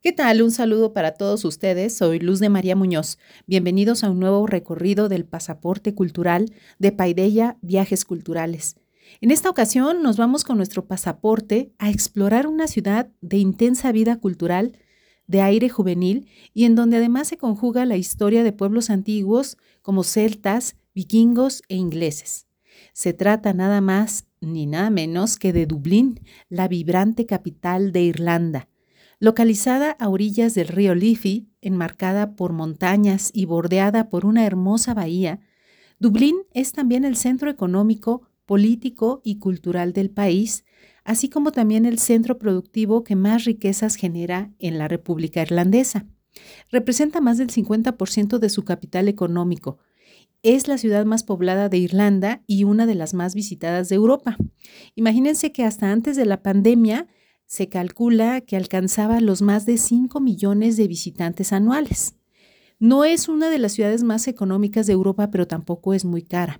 ¿Qué tal? Un saludo para todos ustedes. Soy Luz de María Muñoz. Bienvenidos a un nuevo recorrido del pasaporte cultural de Paideia Viajes Culturales. En esta ocasión nos vamos con nuestro pasaporte a explorar una ciudad de intensa vida cultural, de aire juvenil y en donde además se conjuga la historia de pueblos antiguos como celtas, vikingos e ingleses. Se trata nada más ni nada menos que de Dublín, la vibrante capital de Irlanda. Localizada a orillas del río Liffey, enmarcada por montañas y bordeada por una hermosa bahía, Dublín es también el centro económico, político y cultural del país, así como también el centro productivo que más riquezas genera en la República Irlandesa. Representa más del 50% de su capital económico. Es la ciudad más poblada de Irlanda y una de las más visitadas de Europa. Imagínense que hasta antes de la pandemia se calcula que alcanzaba los más de 5 millones de visitantes anuales. No es una de las ciudades más económicas de Europa, pero tampoco es muy cara.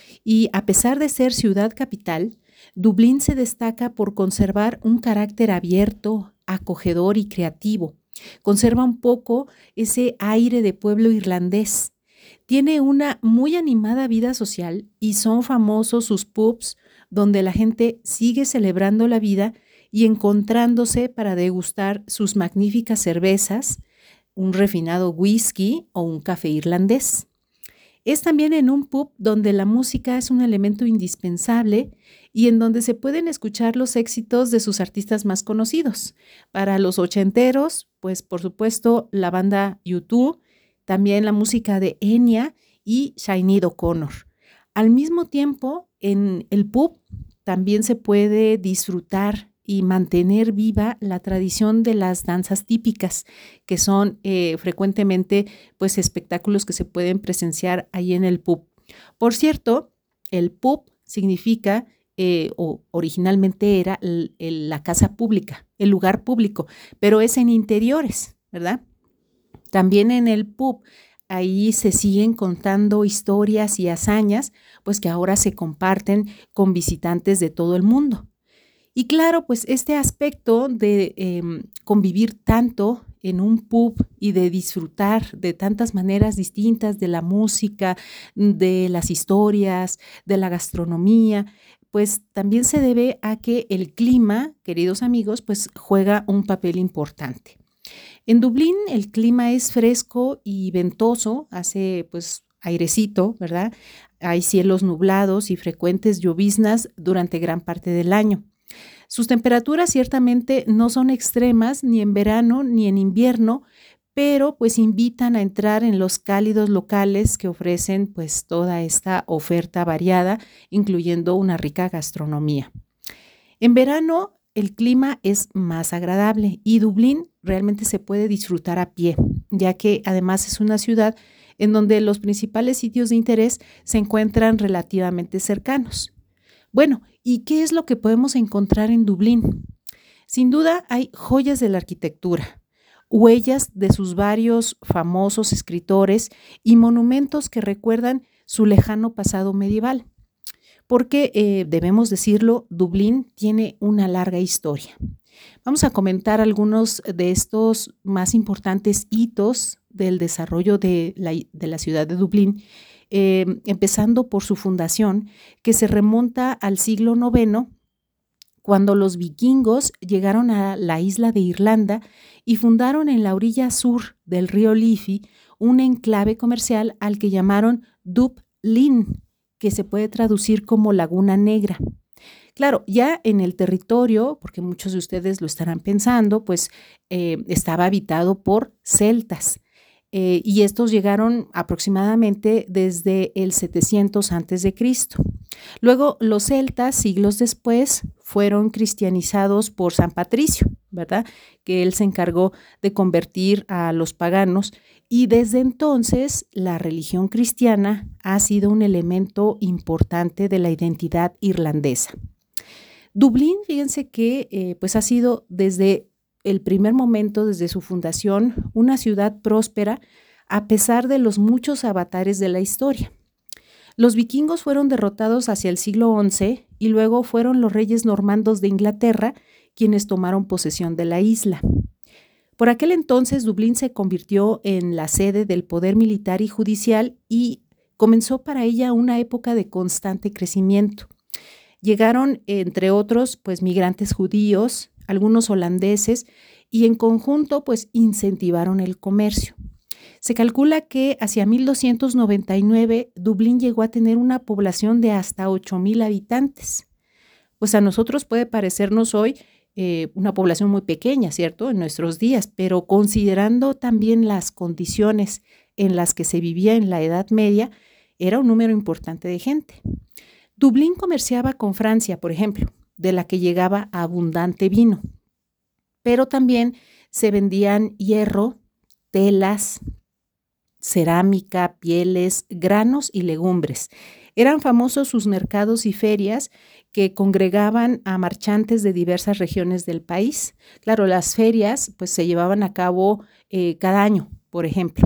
Y a pesar de ser ciudad capital, Dublín se destaca por conservar un carácter abierto, acogedor y creativo. Conserva un poco ese aire de pueblo irlandés. Tiene una muy animada vida social y son famosos sus pubs donde la gente sigue celebrando la vida y encontrándose para degustar sus magníficas cervezas, un refinado whisky o un café irlandés. Es también en un pub donde la música es un elemento indispensable y en donde se pueden escuchar los éxitos de sus artistas más conocidos. Para los ochenteros, pues por supuesto la banda U2, también la música de Enya y Sinéad O'Connor. Al mismo tiempo, en el pub también se puede disfrutar y mantener viva la tradición de las danzas típicas, que son frecuentemente pues, espectáculos que se pueden presenciar ahí en el pub. Por cierto, el pub significa, o originalmente era la casa pública, el lugar público, pero es en interiores, ¿verdad? También en el pub, ahí se siguen contando historias y hazañas, pues que ahora se comparten con visitantes de todo el mundo. Y claro, pues este aspecto de convivir tanto en un pub y de disfrutar de tantas maneras distintas de la música, de las historias, de la gastronomía, pues también se debe a que el clima, queridos amigos, pues juega un papel importante. En Dublín el clima es fresco y ventoso, hace pues airecito, ¿verdad? Hay cielos nublados y frecuentes lloviznas durante gran parte del año. Sus temperaturas ciertamente no son extremas ni en verano ni en invierno, pero pues invitan a entrar en los cálidos locales que ofrecen pues toda esta oferta variada, incluyendo una rica gastronomía. En verano el clima es más agradable y Dublín realmente se puede disfrutar a pie, ya que además es una ciudad en donde los principales sitios de interés se encuentran relativamente cercanos. Bueno, ¿y qué es lo que podemos encontrar en Dublín? Sin duda hay joyas de la arquitectura, huellas de sus varios famosos escritores y monumentos que recuerdan su lejano pasado medieval. Porque, debemos decirlo, Dublín tiene una larga historia. Vamos a comentar algunos de estos más importantes hitos del desarrollo de la ciudad de Dublín, empezando por su fundación, que se remonta al siglo IX, cuando los vikingos llegaron a la isla de Irlanda y fundaron en la orilla sur del río Liffey un enclave comercial al que llamaron Dublin, que se puede traducir como Laguna Negra. Claro, ya en el territorio, porque muchos de ustedes lo estarán pensando, pues estaba habitado por celtas. Y estos llegaron aproximadamente desde el 700 a.C. Luego los celtas, siglos después, fueron cristianizados por San Patricio, ¿verdad? Que él se encargó de convertir a los paganos y desde entonces la religión cristiana ha sido un elemento importante de la identidad irlandesa. Dublín, fíjense que pues ha sido desde el primer momento, desde su fundación, una ciudad próspera a pesar de los muchos avatares de la historia. Los vikingos fueron derrotados hacia el siglo XI y luego fueron los reyes normandos de Inglaterra quienes tomaron posesión de la isla. Por aquel entonces, Dublín se convirtió en la sede del poder militar y judicial y comenzó para ella una época de constante crecimiento. Llegaron, entre otros, pues migrantes judíos, algunos holandeses, y en conjunto, pues incentivaron el comercio. Se calcula que hacia 1299 Dublín llegó a tener una población de hasta 8,000 habitantes. Pues a nosotros puede parecernos hoy una población muy pequeña, ¿cierto? En nuestros días, pero considerando también las condiciones en las que se vivía en la Edad Media, era un número importante de gente. Dublín comerciaba con Francia, por ejemplo, de la que llegaba abundante vino, pero también se vendían hierro, telas, cerámica, pieles, granos y legumbres. Eran famosos sus mercados y ferias que congregaban a marchantes de diversas regiones del país. Claro, las ferias pues se llevaban a cabo cada año, por ejemplo.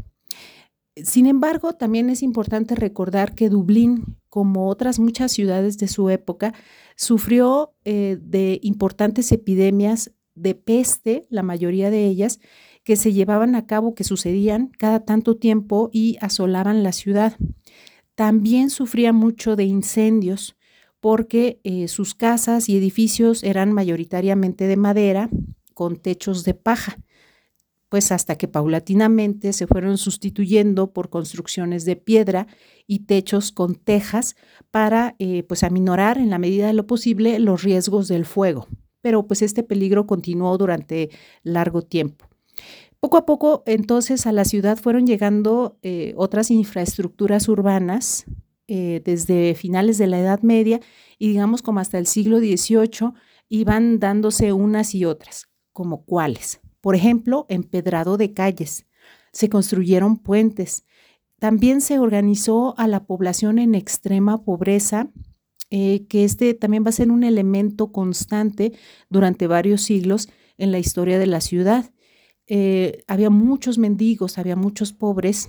Sin embargo, también es importante recordar que Dublín, como otras muchas ciudades de su época, sufrió de importantes epidemias de peste, la mayoría de ellas, que se llevaban a cabo, que sucedían cada tanto tiempo y asolaban la ciudad. También sufría mucho de incendios porque sus casas y edificios eran mayoritariamente de madera con techos de paja, pues hasta que paulatinamente se fueron sustituyendo por construcciones de piedra y techos con tejas para pues aminorar en la medida de lo posible los riesgos del fuego. Pero pues este peligro continuó durante largo tiempo. Poco a poco, entonces, a la ciudad fueron llegando otras infraestructuras urbanas desde finales de la Edad Media y digamos como hasta el siglo XVIII iban dándose unas y otras, como cuáles. Por ejemplo, empedrado de calles, se construyeron puentes, también se organizó a la población en extrema pobreza, que este también va a ser un elemento constante durante varios siglos en la historia de la ciudad. Había muchos mendigos, había muchos pobres.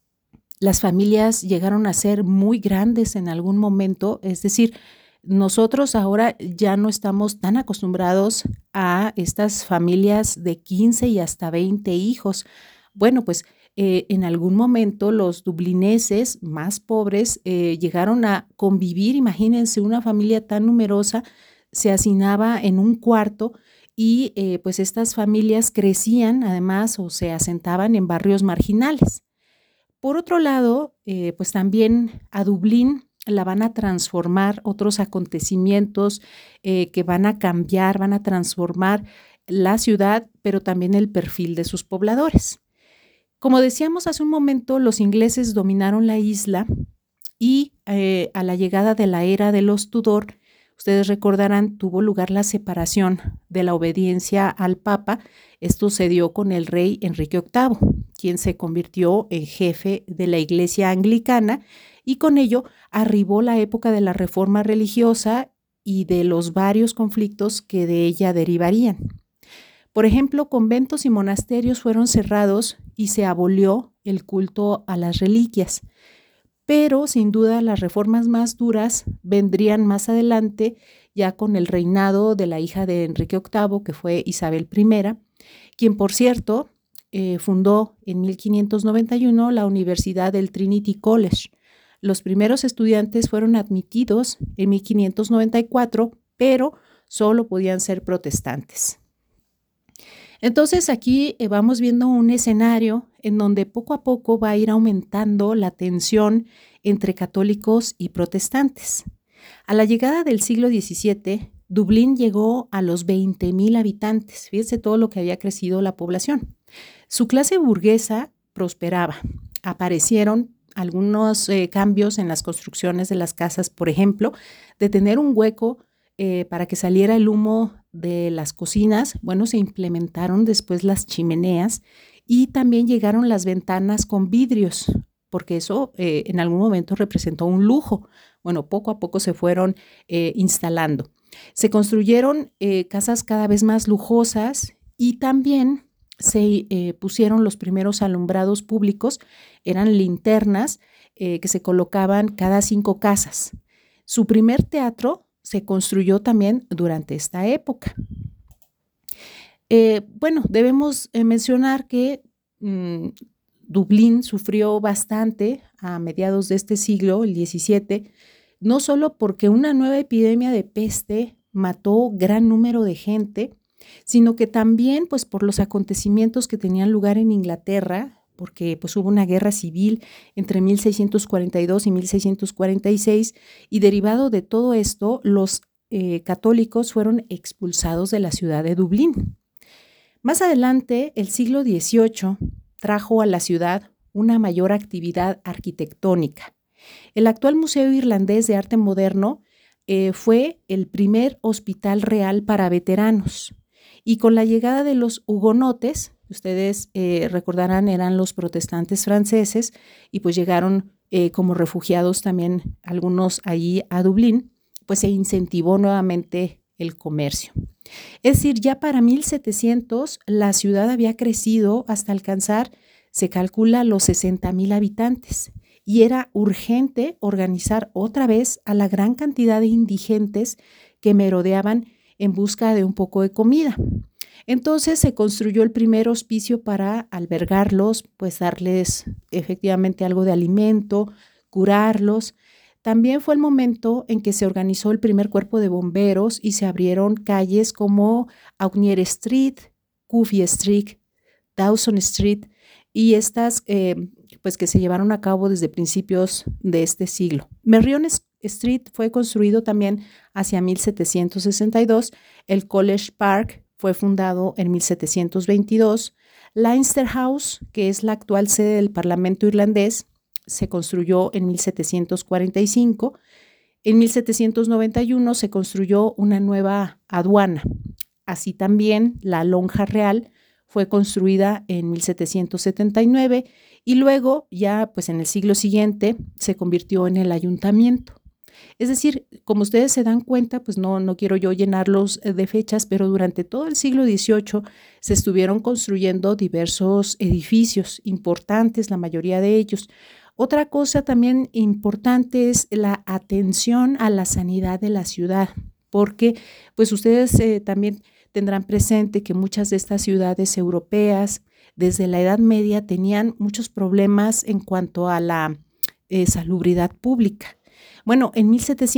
Las familias llegaron a ser muy grandes en algún momento, es decir, nosotros ahora ya no estamos tan acostumbrados a estas familias de 15 y hasta 20 hijos. Bueno, pues en algún momento los dublineses más pobres llegaron a convivir, imagínense una familia tan numerosa, se hacinaba en un cuarto y pues estas familias crecían además o se asentaban en barrios marginales. Por otro lado, pues también a Dublín la van a transformar otros acontecimientos que van a cambiar, van a transformar la ciudad, pero también el perfil de sus pobladores. Como decíamos hace un momento, los ingleses dominaron la isla y a la llegada de la era de los Tudor, ustedes recordarán, tuvo lugar la separación de la obediencia al Papa. Esto se dio con el rey Enrique VIII, quien se convirtió en jefe de la Iglesia anglicana y con ello arribó la época de la reforma religiosa y de los varios conflictos que de ella derivarían. Por ejemplo, conventos y monasterios fueron cerrados y se abolió el culto a las reliquias. Pero sin duda las reformas más duras vendrían más adelante, ya con el reinado de la hija de Enrique VIII, que fue Isabel I, quien por cierto fundó en 1591 la Universidad del Trinity College. Los primeros estudiantes fueron admitidos en 1594, pero solo podían ser protestantes. Entonces aquí vamos viendo un escenario en donde poco a poco va a ir aumentando la tensión entre católicos y protestantes. A la llegada del siglo XVII, Dublín llegó a los 20,000 habitantes. Fíjense todo lo que había crecido la población. Su clase burguesa prosperaba. Aparecieron algunos cambios en las construcciones de las casas, por ejemplo, de tener un hueco para que saliera el humo de las cocinas. Bueno, se implementaron después las chimeneas y también llegaron las ventanas con vidrios, porque eso en algún momento representó un lujo. Bueno, poco a poco se fueron instalando. Se construyeron casas cada vez más lujosas y también se pusieron los primeros alumbrados públicos, eran linternas que se colocaban cada 5 casas. Su primer teatro se construyó también durante esta época. Bueno, debemos mencionar que Dublín sufrió bastante a mediados de este siglo, el XVII, no solo porque una nueva epidemia de peste mató gran número de gente, sino que también pues por los acontecimientos que tenían lugar en Inglaterra, porque pues hubo una guerra civil entre 1642 y 1646 y derivado de todo esto los católicos fueron expulsados de la ciudad de Dublín. Más adelante, el siglo XVIII trajo a la ciudad una mayor actividad arquitectónica. El actual Museo Irlandés de Arte Moderno fue el primer hospital real para veteranos. Y con la llegada de los hugonotes, ustedes recordarán, eran los protestantes franceses y pues llegaron como refugiados también algunos allí a Dublín, pues se incentivó nuevamente el comercio. Es decir, ya para 1700 la ciudad había crecido hasta alcanzar, se calcula, los 60,000 habitantes y era urgente organizar otra vez a la gran cantidad de indigentes que merodeaban en busca de un poco de comida. Entonces se construyó el primer hospicio para albergarlos, pues darles efectivamente algo de alimento, curarlos. También fue el momento en que se organizó el primer cuerpo de bomberos y se abrieron calles como Augnier Street, Cuffy Street, Dawson Street y estas pues que se llevaron a cabo desde principios de este siglo. Merrion Street fue construido también hacia 1762, el College Park fue fundado en 1722, Leinster House, que es la actual sede del Parlamento irlandés, se construyó en 1745. En 1791 se construyó una nueva aduana. Así también la Lonja Real fue construida en 1779 y luego ya pues en el siglo siguiente se convirtió en el ayuntamiento. Es decir, como ustedes se dan cuenta, pues no quiero yo llenarlos de fechas, pero durante todo el siglo XVIII se estuvieron construyendo diversos edificios importantes, la mayoría de ellos. Otra cosa también importante es la atención a la sanidad de la ciudad, porque pues ustedes también tendrán presente que muchas de estas ciudades europeas desde la Edad Media tenían muchos problemas en cuanto a la salubridad pública. Bueno, en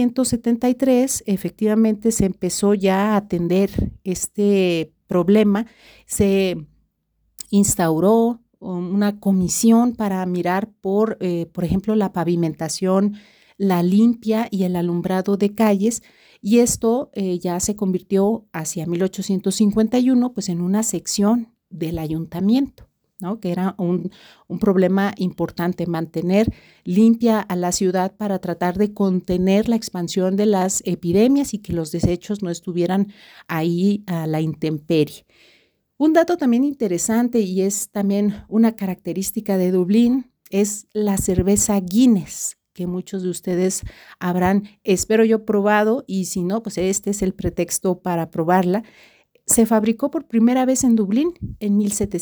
1773 efectivamente se empezó ya a atender este problema, se instauró una comisión para mirar por ejemplo, la pavimentación, la limpia y el alumbrado de calles, y esto ya se convirtió hacia 1851 pues en una sección del ayuntamiento, ¿no? Que era un problema importante, mantener limpia a la ciudad para tratar de contener la expansión de las epidemias y que los desechos no estuvieran ahí a la intemperie. Un dato también interesante y es también una característica de Dublín es la cerveza Guinness, que muchos de ustedes habrán, espero yo, probado, y si no, pues este es el pretexto para probarla. Se fabricó por primera vez en Dublín en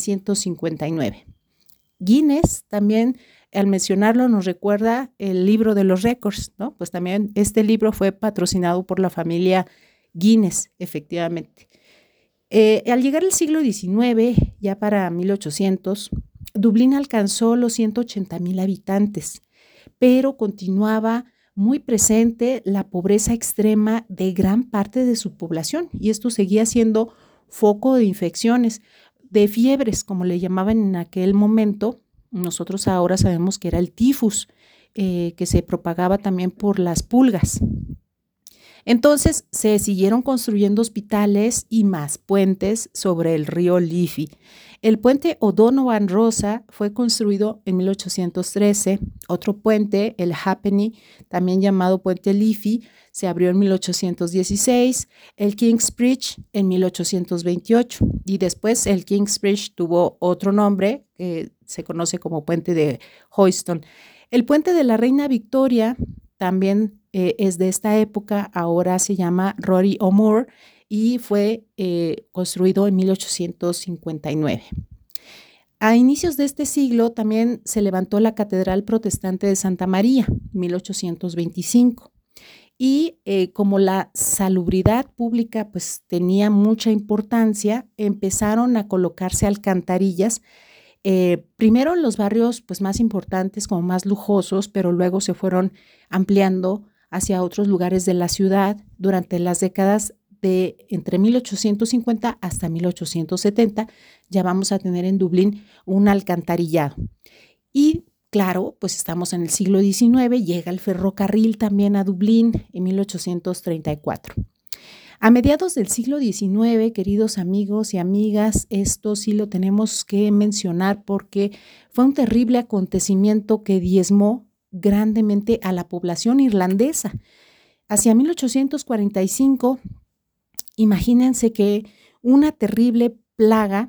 1759. Guinness también, al mencionarlo, nos recuerda el libro de los récords, ¿no? Pues también este libro fue patrocinado por la familia Guinness, efectivamente. Al llegar el siglo XIX, ya para 1800, Dublín alcanzó los 180,000 habitantes, pero continuaba muy presente la pobreza extrema de gran parte de su población y esto seguía siendo foco de infecciones, de fiebres, como le llamaban en aquel momento. Nosotros ahora sabemos que era el tifus, que se propagaba también por las pulgas. Entonces se siguieron construyendo hospitales y más puentes sobre el río Liffey. El puente O'Donovan Rosa fue construido en 1813. Otro puente, el Halfpenny, también llamado puente Liffey, se abrió en 1816. El Kingsbridge en 1828. Y después el Kingsbridge tuvo otro nombre que se conoce como puente de Hoyston. El puente de la Reina Victoria también es de esta época, ahora se llama Rory O'Moore y fue construido en 1859. A inicios de este siglo también se levantó la Catedral Protestante de Santa María, 1825, y como la salubridad pública pues tenía mucha importancia, empezaron a colocarse alcantarillas, primero en los barrios pues más importantes, como más lujosos, pero luego se fueron ampliando hacia otros lugares de la ciudad durante las décadas de entre 1850 hasta 1870. Ya vamos a tener en Dublín un alcantarillado. Y claro, pues estamos en el siglo XIX, llega el ferrocarril también a Dublín en 1834. A mediados del siglo XIX, queridos amigos y amigas, esto sí lo tenemos que mencionar porque fue un terrible acontecimiento que diezmó grandemente a la población irlandesa. Hacia 1845, imagínense que una terrible plaga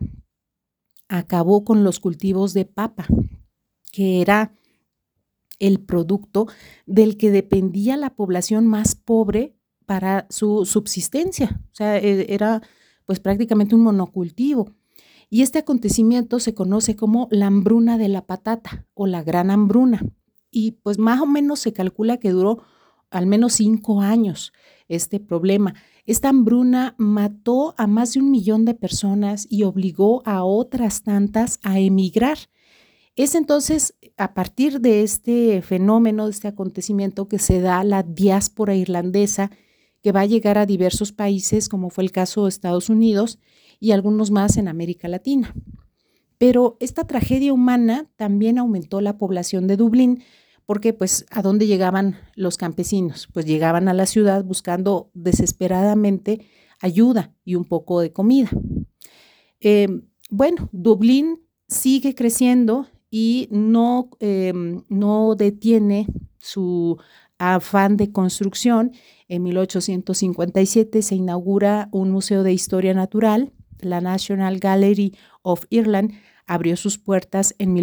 acabó con los cultivos de papa, que era el producto del que dependía la población más pobre para su subsistencia. O sea, era pues prácticamente un monocultivo. Y este acontecimiento se conoce como la hambruna de la patata o la gran hambruna. Y pues más o menos se calcula que duró al menos 5 años este problema. Esta hambruna mató a más de 1 millón de personas y obligó a otras tantas a emigrar. Es entonces a partir de este fenómeno, de este acontecimiento, que se da la diáspora irlandesa, que va a llegar a diversos países, como fue el caso de Estados Unidos y algunos más en América Latina. Pero esta tragedia humana también aumentó la población de Dublín, porque pues ¿a dónde llegaban los campesinos? Pues llegaban a la ciudad buscando desesperadamente ayuda y un poco de comida. Bueno, Dublín sigue creciendo y no detiene su afán de construcción. En 1857 se inaugura un museo de historia natural. La National Gallery of Ireland abrió sus puertas en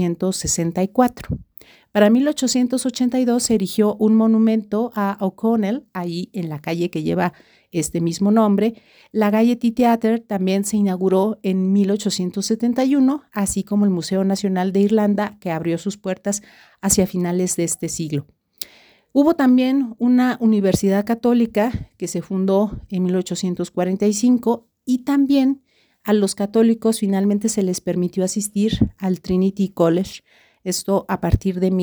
1864. Para 1882 se erigió un monumento a O'Connell, ahí en la calle que lleva este mismo nombre. La Gaiety Theatre también se inauguró en 1871, así como el Museo Nacional de Irlanda, que abrió sus puertas hacia finales de este siglo. Hubo también una universidad católica que se fundó en 1845 y también a los católicos finalmente se les permitió asistir al Trinity College, esto a partir de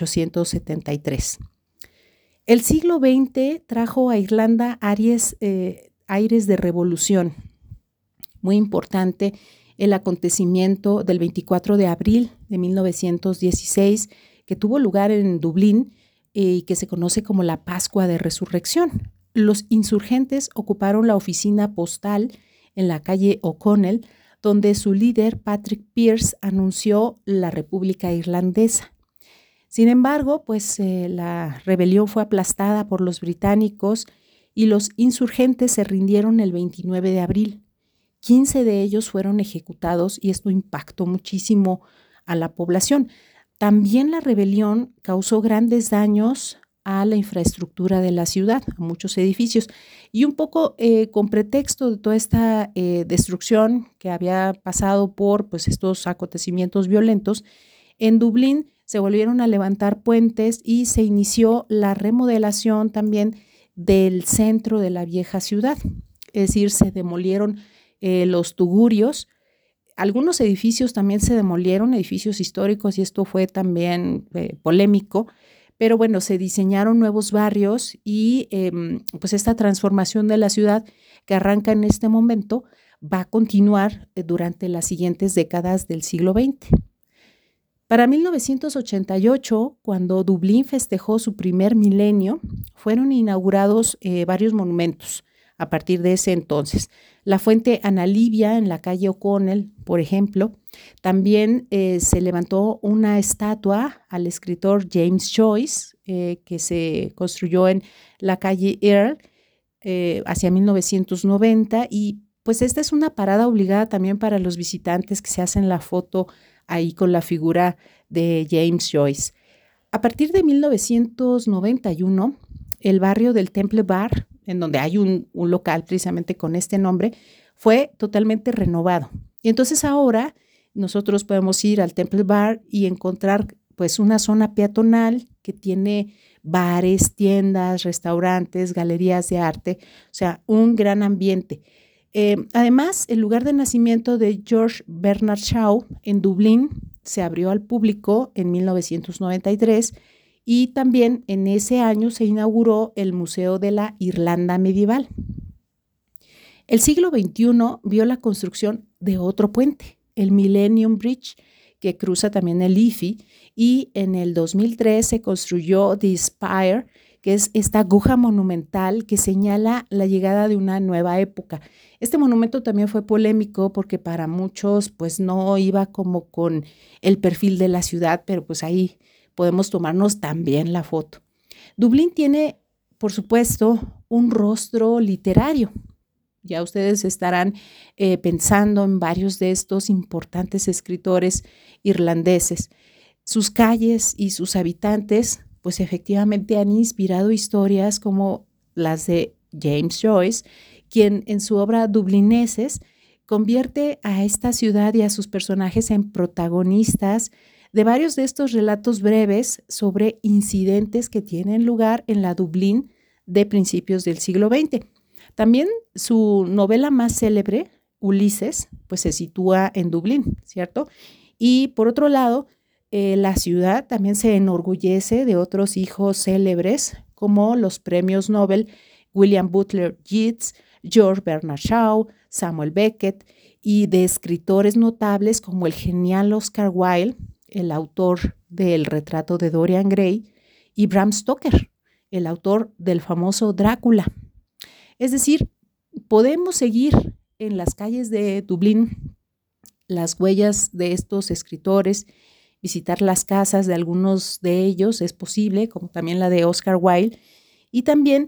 1873. El siglo XX trajo a Irlanda aires de revolución. Muy importante el acontecimiento del 24 de abril de 1916, que tuvo lugar en Dublín y que se conoce como la Pascua de Resurrección. Los insurgentes ocuparon la oficina postal en la calle O'Connell, donde su líder, Patrick Pearse, anunció la República Irlandesa. Sin embargo, pues la rebelión fue aplastada por los británicos y los insurgentes se rindieron el 29 de abril. 15 de ellos fueron ejecutados y esto impactó muchísimo a la población. También la rebelión causó grandes daños a la infraestructura de la ciudad, a muchos edificios, y un poco con pretexto de toda esta destrucción que había pasado por pues, estos acontecimientos violentos, en Dublín se volvieron a levantar puentes y se inició la remodelación también del centro de la vieja ciudad, es decir, se demolieron los tugurios. Algunos edificios también se demolieron, edificios históricos, y esto fue también polémico, pero bueno, se diseñaron nuevos barrios y pues esta transformación de la ciudad que arranca en este momento va a continuar durante las siguientes décadas del siglo XX. Para 1988, cuando Dublín festejó su primer milenio, fueron inaugurados varios monumentos a partir de ese entonces. La fuente Ana Livia en la calle O'Connell, por ejemplo. También se levantó una estatua al escritor James Joyce, que se construyó en la calle Earl hacia 1990. Y pues esta es una parada obligada también para los visitantes que se hacen la foto ahí con la figura de James Joyce. A partir de 1991, el barrio del Temple Bar, en donde hay un local precisamente con este nombre, fue totalmente renovado. Y entonces ahora nosotros podemos ir al Temple Bar y encontrar pues una zona peatonal que tiene bares, tiendas, restaurantes, galerías de arte, o sea, un gran ambiente. Además, el lugar de nacimiento de George Bernard Shaw en Dublín se abrió al público en 1993 y también en ese año se inauguró el Museo de la Irlanda Medieval. El siglo XXI vio la construcción de otro puente, el Millennium Bridge, que cruza también el Liffey, y en el 2003 se construyó The Spire, que es esta aguja monumental que señala la llegada de una nueva época. Este monumento también fue polémico porque para muchos pues no iba como con el perfil de la ciudad, pero pues ahí podemos tomarnos también la foto. Dublín tiene, por supuesto, un rostro literario. Ya ustedes estarán pensando en varios de estos importantes escritores irlandeses. Sus calles y sus habitantes pues efectivamente han inspirado historias como las de James Joyce, quien en su obra Dublineses convierte a esta ciudad y a sus personajes en protagonistas de varios de estos relatos breves sobre incidentes que tienen lugar en la Dublín de principios del siglo XX. También su novela más célebre, Ulises, pues se sitúa en Dublín, ¿cierto? Y por otro lado, la ciudad también se enorgullece de otros hijos célebres como los premios Nobel William Butler Yeats, George Bernard Shaw, Samuel Beckett y de escritores notables como el genial Oscar Wilde, el autor del retrato de Dorian Gray, y Bram Stoker, el autor del famoso Drácula. Es decir, podemos seguir en las calles de Dublín las huellas de estos escritores, visitar las casas de algunos de ellos, es posible, como también la de Oscar Wilde, y también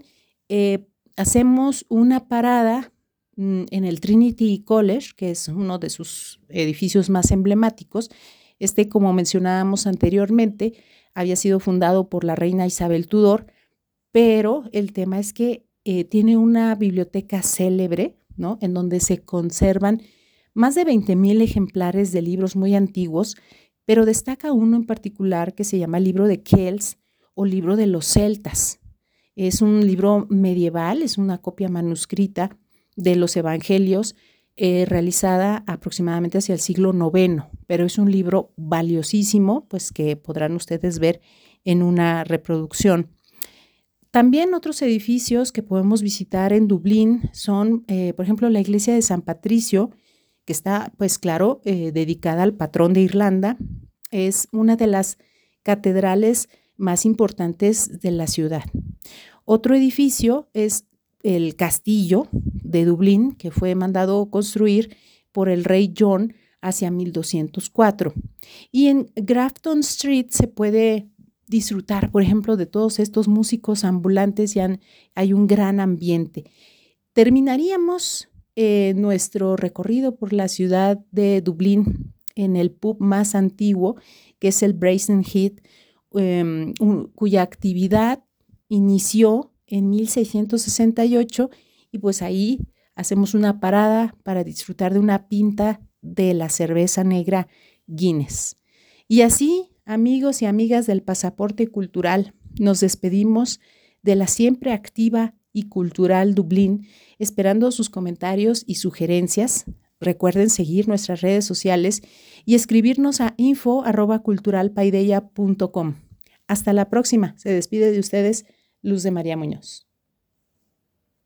hacemos una parada en el Trinity College, que es uno de sus edificios más emblemáticos. Como mencionábamos anteriormente, había sido fundado por la reina Isabel Tudor, pero el tema es que tiene una biblioteca célebre, ¿no? En donde se conservan más de 20,000 ejemplares de libros muy antiguos, pero destaca uno en particular que se llama Libro de Kells o Libro de los Celtas. Es un libro medieval, es una copia manuscrita de los Evangelios realizada aproximadamente hacia el siglo IX, pero es un libro valiosísimo, pues que podrán ustedes ver en una reproducción. También otros edificios que podemos visitar en Dublín son, por ejemplo, la iglesia de San Patricio, que está, pues claro, dedicada al patrón de Irlanda. Es una de las catedrales más importantes de la ciudad. Otro edificio es el castillo de Dublín, que fue mandado construir por el rey John hacia 1204. Y en Grafton Street se puede disfrutar, por ejemplo, de todos estos músicos ambulantes y hay un gran ambiente. Terminaríamos nuestro recorrido por la ciudad de Dublín en el pub más antiguo, que es el Brazen Head, cuya actividad inició en 1668 y pues ahí hacemos una parada para disfrutar de una pinta de la cerveza negra Guinness. Y así, amigos y amigas del Pasaporte Cultural, nos despedimos de la siempre activa y cultural Dublín, esperando sus comentarios y sugerencias. Recuerden seguir nuestras redes sociales y escribirnos a info@culturalpaideya.com. Hasta la próxima. Se despide de ustedes Luz de María Muñoz.